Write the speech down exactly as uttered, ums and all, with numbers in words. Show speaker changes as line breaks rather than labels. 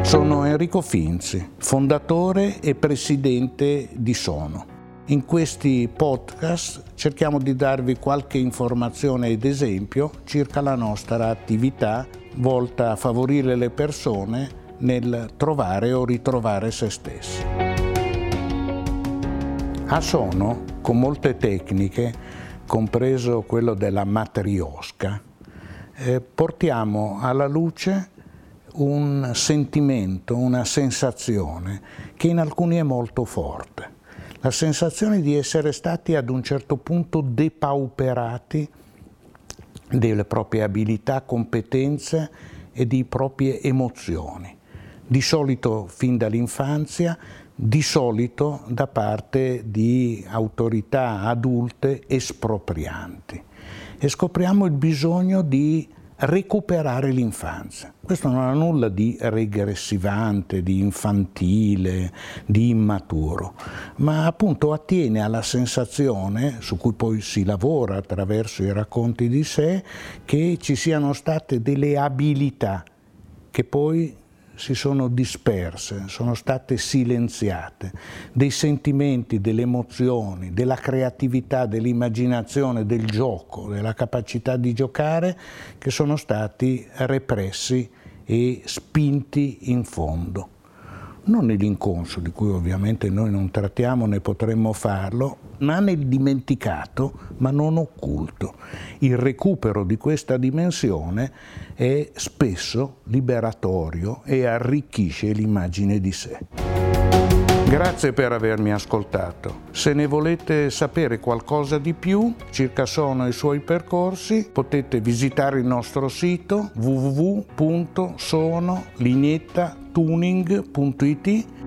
Sono Enrico Finzi, fondatore e presidente di Sono. In questi podcast cerchiamo di darvi qualche informazione ed esempio circa la nostra attività volta a favorire le persone nel trovare o ritrovare se stessi. A Sono, con molte tecniche, compreso quello della matrioska, eh, portiamo alla luce un sentimento, una sensazione che in alcuni è molto forte. La sensazione di essere stati ad un certo punto depauperati delle proprie abilità, competenze e di proprie emozioni. Di solito fin dall'infanzia, di solito da parte di autorità adulte esproprianti. E scopriamo il bisogno di recuperare l'infanzia. Questo non ha nulla di regressivante, di infantile, di immaturo, ma appunto attiene alla sensazione, su cui poi si lavora attraverso i racconti di sé, che ci siano state delle abilità che poi si sono disperse, sono state silenziate, dei sentimenti, delle emozioni, della creatività, dell'immaginazione, del gioco, della capacità di giocare che sono stati repressi e spinti in fondo. Non nell'inconscio, di cui ovviamente noi non trattiamo né potremmo farlo, ma nel dimenticato, ma non occulto. Il recupero di questa dimensione è spesso liberatorio e arricchisce l'immagine di sé. Grazie per avermi ascoltato. Se ne volete sapere qualcosa di più circa Sono e i suoi percorsi, potete visitare il nostro sito w w w punto sono linettatuning punto i t